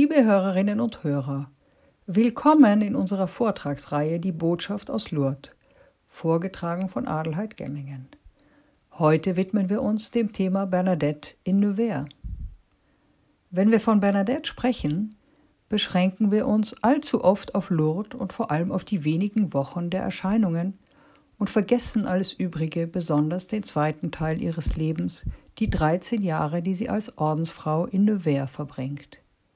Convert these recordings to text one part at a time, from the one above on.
Liebe Hörerinnen und Hörer, willkommen in unserer Vortragsreihe Die Botschaft aus Lourdes, vorgetragen von Adelheid Gemmingen. Heute widmen wir uns dem Thema Bernadette in Nevers. Wenn wir von Bernadette sprechen, beschränken wir uns allzu oft auf Lourdes und vor allem auf die wenigen Wochen der Erscheinungen und vergessen alles Übrige, besonders den zweiten Teil ihres Lebens, die 13 Jahre, die sie als Ordensfrau in Nevers verbringt.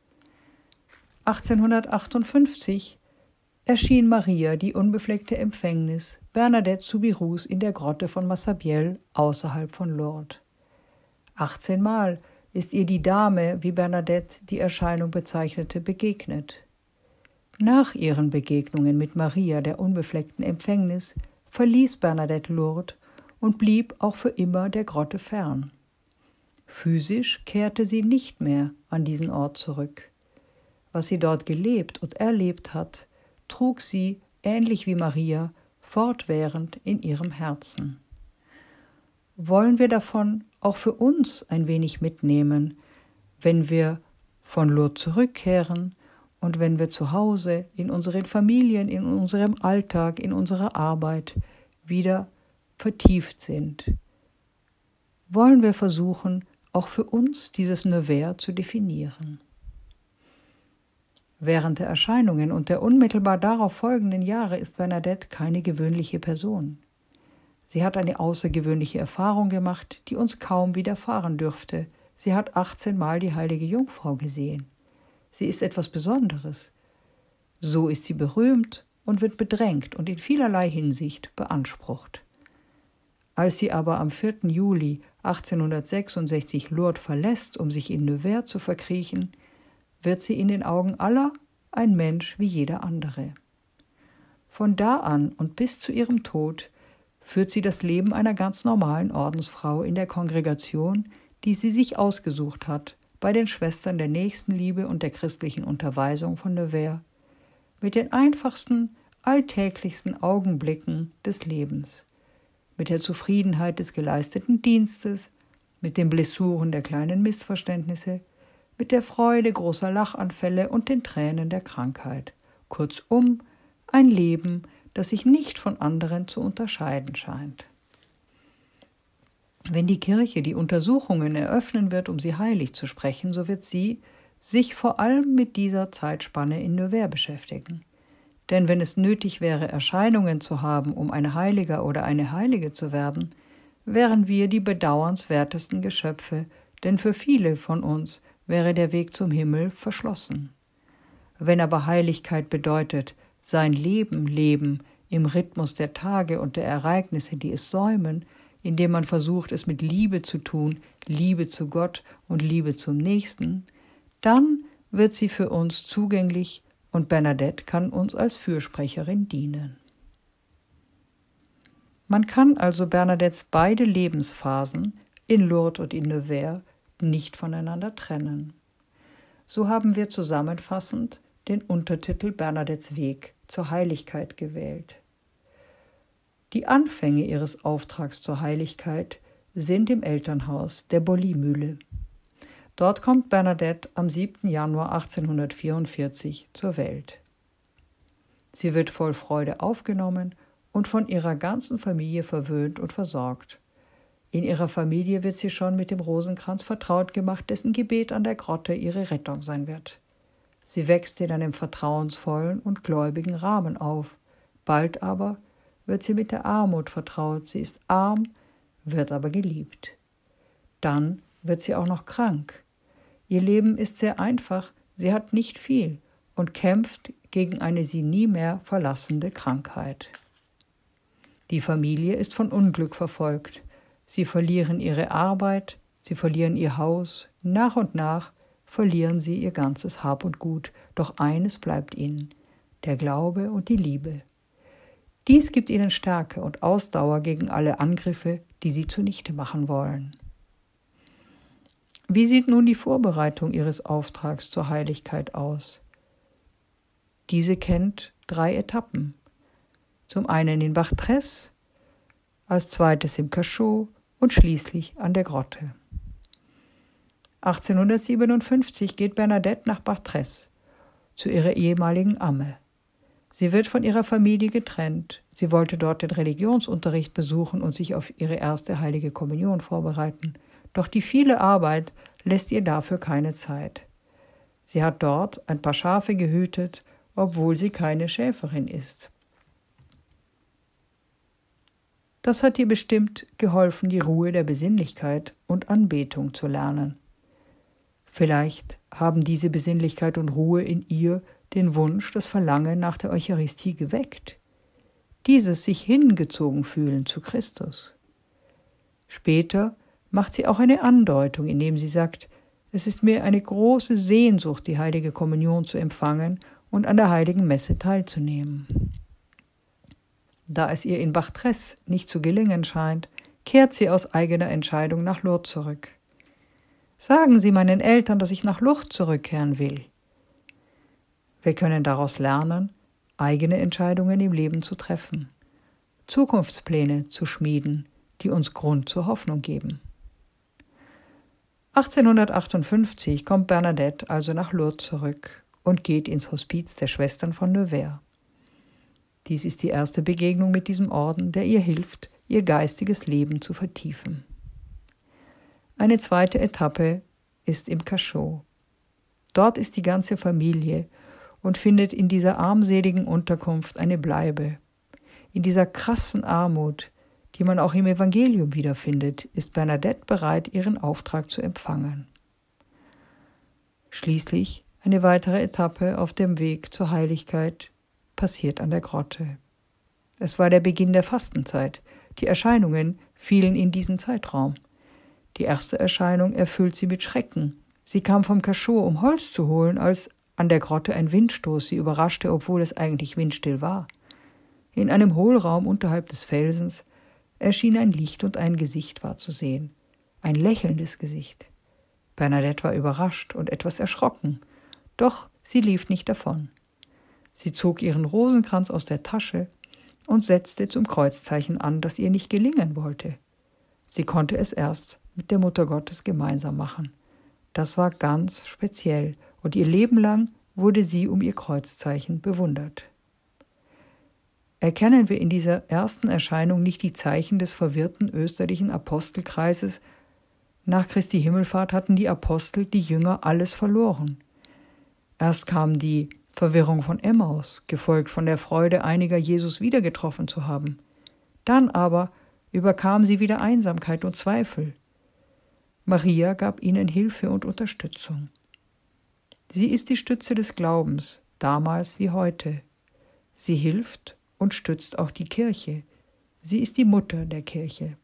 1858 erschien Maria, die unbefleckte Empfängnis, Bernadette Soubirous in der Grotte von Massabielle außerhalb von Lourdes. 18 Mal ist ihr die Dame, wie Bernadette die Erscheinung bezeichnete, begegnet. Nach ihren Begegnungen mit Maria, der unbefleckten Empfängnis, verließ Bernadette Lourdes und blieb auch für immer der Grotte fern. Physisch kehrte sie nicht mehr an diesen Ort zurück. Was sie dort gelebt und erlebt hat, trug sie, ähnlich wie Maria, fortwährend in ihrem Herzen. Wollen wir davon auch für uns ein wenig mitnehmen, wenn wir von Lourdes zurückkehren und wenn wir zu Hause, in unseren Familien, in unserem Alltag, in unserer Arbeit wieder vertieft sind? Wollen wir versuchen, auch für uns dieses Nevers zu definieren? Während der Erscheinungen und der unmittelbar darauf folgenden Jahre ist Bernadette keine gewöhnliche Person. Sie hat eine außergewöhnliche Erfahrung gemacht, die uns kaum widerfahren dürfte. Sie hat 18 Mal die heilige Jungfrau gesehen. Sie ist etwas Besonderes. So ist sie berühmt und wird bedrängt und in vielerlei Hinsicht beansprucht. Als sie aber am 4. Juli 1866 Lourdes verlässt, um sich in Nevers zu verkriechen, wird sie in den Augen aller ein Mensch wie jeder andere. Von da an und bis zu ihrem Tod führt sie das Leben einer ganz normalen Ordensfrau in der Kongregation, die sie sich ausgesucht hat, bei den Schwestern der Nächstenliebe und der christlichen Unterweisung von Nevers, mit den einfachsten, alltäglichsten Augenblicken des Lebens, mit der Zufriedenheit des geleisteten Dienstes, mit den Blessuren der kleinen Missverständnisse, mit der Freude großer Lachanfälle und den Tränen der Krankheit. Kurzum, ein Leben, das sich nicht von anderen zu unterscheiden scheint. Wenn die Kirche die Untersuchungen eröffnen wird, um sie heilig zu sprechen, so wird sie sich vor allem mit dieser Zeitspanne in Nevers beschäftigen. Denn wenn es nötig wäre, Erscheinungen zu haben, um ein Heiliger oder eine Heilige zu werden, wären wir die bedauernswertesten Geschöpfe, denn für viele von uns wäre der Weg zum Himmel verschlossen. Wenn aber Heiligkeit bedeutet, sein Leben leben im Rhythmus der Tage und der Ereignisse, die es säumen, indem man versucht, es mit Liebe zu tun, Liebe zu Gott und Liebe zum Nächsten, dann wird sie für uns zugänglich und Bernadette kann uns als Fürsprecherin dienen. Man kann also Bernadettes beide Lebensphasen in Lourdes und in Nevers nicht voneinander trennen. So haben wir zusammenfassend den Untertitel Bernadettes Weg zur Heiligkeit gewählt. Die Anfänge ihres Auftrags zur Heiligkeit sind im Elternhaus der Bollymühle. Dort kommt Bernadette am 7. Januar 1844 zur Welt. Sie wird voll Freude aufgenommen und von ihrer ganzen Familie verwöhnt und versorgt. In ihrer Familie wird sie schon mit dem Rosenkranz vertraut gemacht, dessen Gebet an der Grotte ihre Rettung sein wird. Sie wächst in einem vertrauensvollen und gläubigen Rahmen auf. Bald aber wird sie mit der Armut vertraut. Sie ist arm, wird aber geliebt. Dann wird sie auch noch krank. Ihr Leben ist sehr einfach, sie hat nicht viel und kämpft gegen eine sie nie mehr verlassende Krankheit. Die Familie ist von Unglück verfolgt. Sie verlieren ihre Arbeit, sie verlieren ihr Haus, nach und nach verlieren sie ihr ganzes Hab und Gut. Doch eines bleibt ihnen, der Glaube und die Liebe. Dies gibt ihnen Stärke und Ausdauer gegen alle Angriffe, die sie zunichte machen wollen. Wie sieht nun die Vorbereitung ihres Auftrags zur Heiligkeit aus? Diese kennt 3 Etappen. Zum einen in Bartrès, als zweites im Cachot und schließlich an der Grotte. 1857 geht Bernadette nach Chartres zu ihrer ehemaligen Amme. Sie wird von ihrer Familie getrennt. Sie wollte dort den Religionsunterricht besuchen und sich auf ihre erste heilige Kommunion vorbereiten. Doch die viele Arbeit lässt ihr dafür keine Zeit. Sie hat dort ein paar Schafe gehütet, obwohl sie keine Schäferin ist. Das hat ihr bestimmt geholfen, die Ruhe der Besinnlichkeit und Anbetung zu lernen. Vielleicht haben diese Besinnlichkeit und Ruhe in ihr den Wunsch, das Verlangen nach der Eucharistie geweckt. Dieses sich hingezogen fühlen zu Christus. Später macht sie auch eine Andeutung, indem sie sagt, es ist mir eine große Sehnsucht, die heilige Kommunion zu empfangen und an der heiligen Messe teilzunehmen. Da es ihr in Chartres nicht zu gelingen scheint, kehrt sie aus eigener Entscheidung nach Lourdes zurück. Sagen Sie meinen Eltern, dass ich nach Lourdes zurückkehren will. Wir können daraus lernen, eigene Entscheidungen im Leben zu treffen, Zukunftspläne zu schmieden, die uns Grund zur Hoffnung geben. 1858 kommt Bernadette also nach Lourdes zurück und geht ins Hospiz der Schwestern von Nevers. Dies ist die erste Begegnung mit diesem Orden, der ihr hilft, ihr geistiges Leben zu vertiefen. Eine zweite Etappe ist im Cachot. Dort ist die ganze Familie und findet in dieser armseligen Unterkunft eine Bleibe. In dieser krassen Armut, die man auch im Evangelium wiederfindet, ist Bernadette bereit, ihren Auftrag zu empfangen. Schließlich eine weitere Etappe auf dem Weg zur Heiligkeit passiert an der Grotte. Es war der Beginn der Fastenzeit. Die Erscheinungen fielen in diesen Zeitraum. Die erste Erscheinung erfüllt sie mit Schrecken. Sie kam vom Cachot, um Holz zu holen, als an der Grotte ein Windstoß sie überraschte, obwohl es eigentlich windstill war. In einem Hohlraum unterhalb des Felsens erschien ein Licht und ein Gesicht war zu sehen. Ein lächelndes Gesicht. Bernadette war überrascht und etwas erschrocken, doch sie lief nicht davon. Sie zog ihren Rosenkranz aus der Tasche und setzte zum Kreuzzeichen an, das ihr nicht gelingen wollte. Sie konnte es erst mit der Mutter Gottes gemeinsam machen. Das war ganz speziell und ihr Leben lang wurde sie um ihr Kreuzzeichen bewundert. Erkennen wir in dieser ersten Erscheinung nicht die Zeichen des verwirrten österlichen Apostelkreises? Nach Christi Himmelfahrt hatten die Apostel, die Jünger, alles verloren. Erst kam die Verwirrung von Emmaus, gefolgt von der Freude einiger, Jesus wieder getroffen zu haben. Dann aber überkam sie wieder Einsamkeit und Zweifel. Maria gab ihnen Hilfe und Unterstützung. Sie ist die Stütze des Glaubens, damals wie heute. Sie hilft und stützt auch die Kirche. Sie ist die Mutter der Kirche.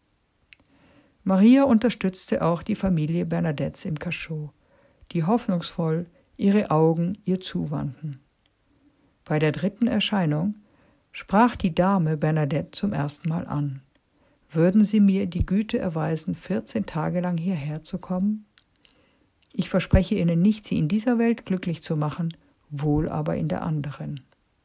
Maria unterstützte auch die Familie Bernadettes im Cachot, die hoffnungsvoll ihre Augen ihr zuwandten. Bei der dritten Erscheinung sprach die Dame Bernadette zum ersten Mal an. Würden Sie mir die Güte erweisen, 14 Tage lang hierher zu kommen? Ich verspreche Ihnen nicht, Sie in dieser Welt glücklich zu machen, wohl aber in der anderen.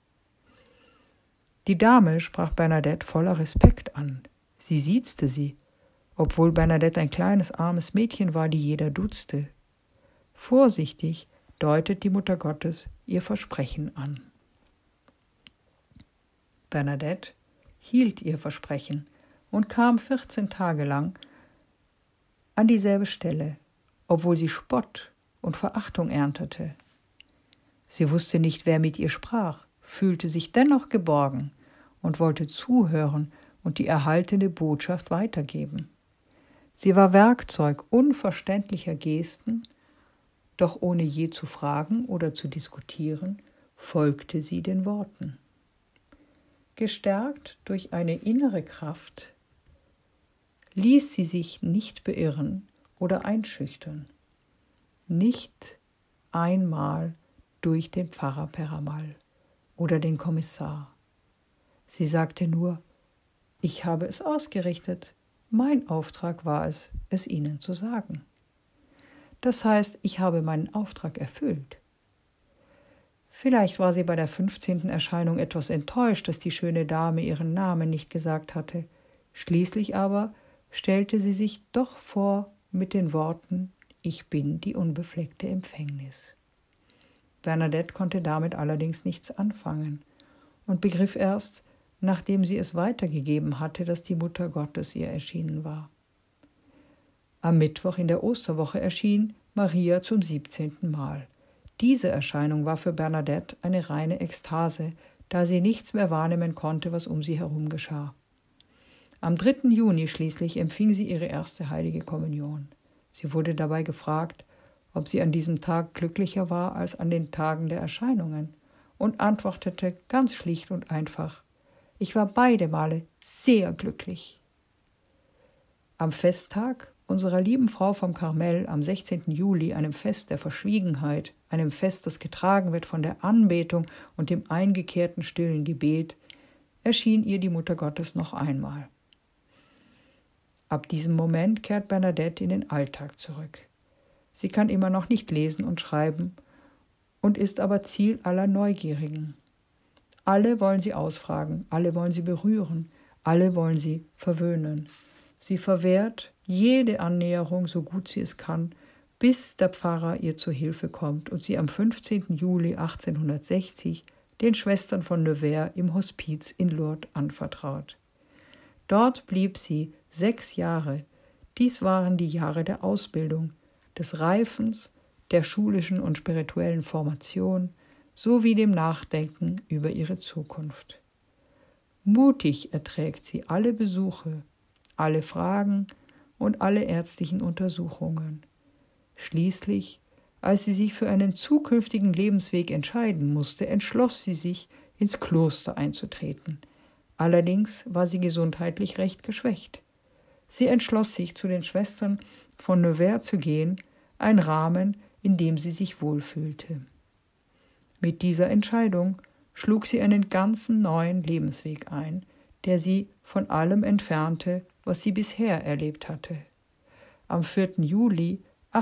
Die Dame sprach Bernadette voller Respekt an. Sie siezte sie, obwohl Bernadette ein kleines, armes Mädchen war, die jeder duzte. Vorsichtig deutet die Mutter Gottes ihr Versprechen an. Bernadette hielt ihr Versprechen und kam 14 Tage lang an dieselbe Stelle, obwohl sie Spott und Verachtung erntete. Sie wusste nicht, wer mit ihr sprach, fühlte sich dennoch geborgen und wollte zuhören und die erhaltene Botschaft weitergeben. Sie war Werkzeug unverständlicher Gesten, doch ohne je zu fragen oder zu diskutieren, folgte sie den Worten. Gestärkt durch eine innere Kraft ließ sie sich nicht beirren oder einschüchtern, nicht einmal durch den Pfarrer Peramal oder den Kommissar. Sie sagte nur, ich habe es ausgerichtet, mein Auftrag war es, es ihnen zu sagen. Das heißt, ich habe meinen Auftrag erfüllt. Vielleicht war sie bei der 15. Erscheinung etwas enttäuscht, dass die schöne Dame ihren Namen nicht gesagt hatte. Schließlich aber stellte sie sich doch vor mit den Worten, ich bin die unbefleckte Empfängnis. Bernadette konnte damit allerdings nichts anfangen und begriff erst, nachdem sie es weitergegeben hatte, dass die Mutter Gottes ihr erschienen war. Am Mittwoch in der Osterwoche erschien Maria zum 17. Mal. Diese Erscheinung war für Bernadette eine reine Ekstase, da sie nichts mehr wahrnehmen konnte, was um sie herum geschah. Am 3. Juni schließlich empfing sie ihre erste heilige Kommunion. Sie wurde dabei gefragt, ob sie an diesem Tag glücklicher war als an den Tagen der Erscheinungen, und antwortete ganz schlicht und einfach: Ich war beide Male sehr glücklich. Am Festtag unserer lieben Frau vom Karmel am 16. Juli, einem Fest der Verschwiegenheit, einem Fest, das getragen wird von der Anbetung und dem eingekehrten stillen Gebet, erschien ihr die Mutter Gottes noch einmal. Ab diesem Moment kehrt Bernadette in den Alltag zurück. Sie kann immer noch nicht lesen und schreiben und ist aber Ziel aller Neugierigen. Alle wollen sie ausfragen, alle wollen sie berühren, alle wollen sie verwöhnen. Sie verwehrt jede Annäherung, so gut sie es kann, bis der Pfarrer ihr zu Hilfe kommt und sie am 15. Juli 1860 den Schwestern von Nevers im Hospiz in Lourdes anvertraut. Dort blieb sie 6 Jahre. Dies waren die Jahre der Ausbildung, des Reifens, der schulischen und spirituellen Formation sowie dem Nachdenken über ihre Zukunft. Mutig erträgt sie alle Besuche, alle Fragen und alle ärztlichen Untersuchungen. Schließlich, als sie sich für einen zukünftigen Lebensweg entscheiden musste, entschloss sie sich, ins Kloster einzutreten. Allerdings war sie gesundheitlich recht geschwächt. Sie entschloss sich, zu den Schwestern von Nevers zu gehen, ein Rahmen, in dem sie sich wohlfühlte. Mit dieser Entscheidung schlug sie einen ganzen neuen Lebensweg ein, der sie von allem entfernte, was sie bisher erlebt hatte. Am 4. Juli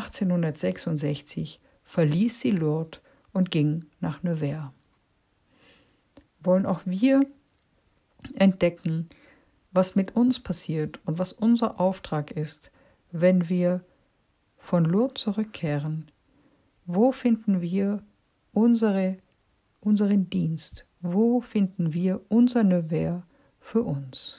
1866 verließ sie Lourdes und ging nach Nevers. Wollen auch wir entdecken, was mit uns passiert und was unser Auftrag ist, wenn wir von Lourdes zurückkehren? Wo finden wir unseren Dienst? Wo finden wir unser Nevers für uns?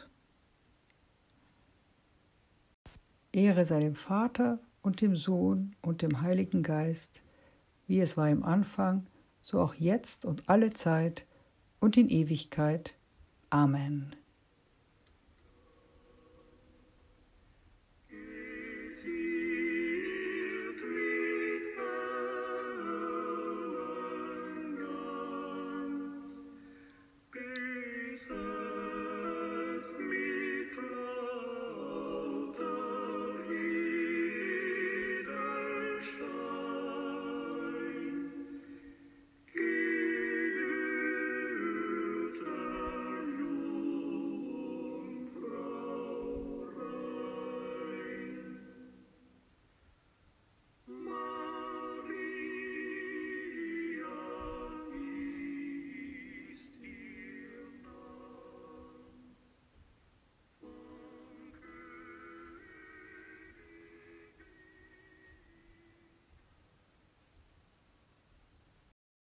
Ehre sei dem Vater und dem Sohn und dem Heiligen Geist, wie es war im Anfang, so auch jetzt und alle Zeit und in Ewigkeit. Amen.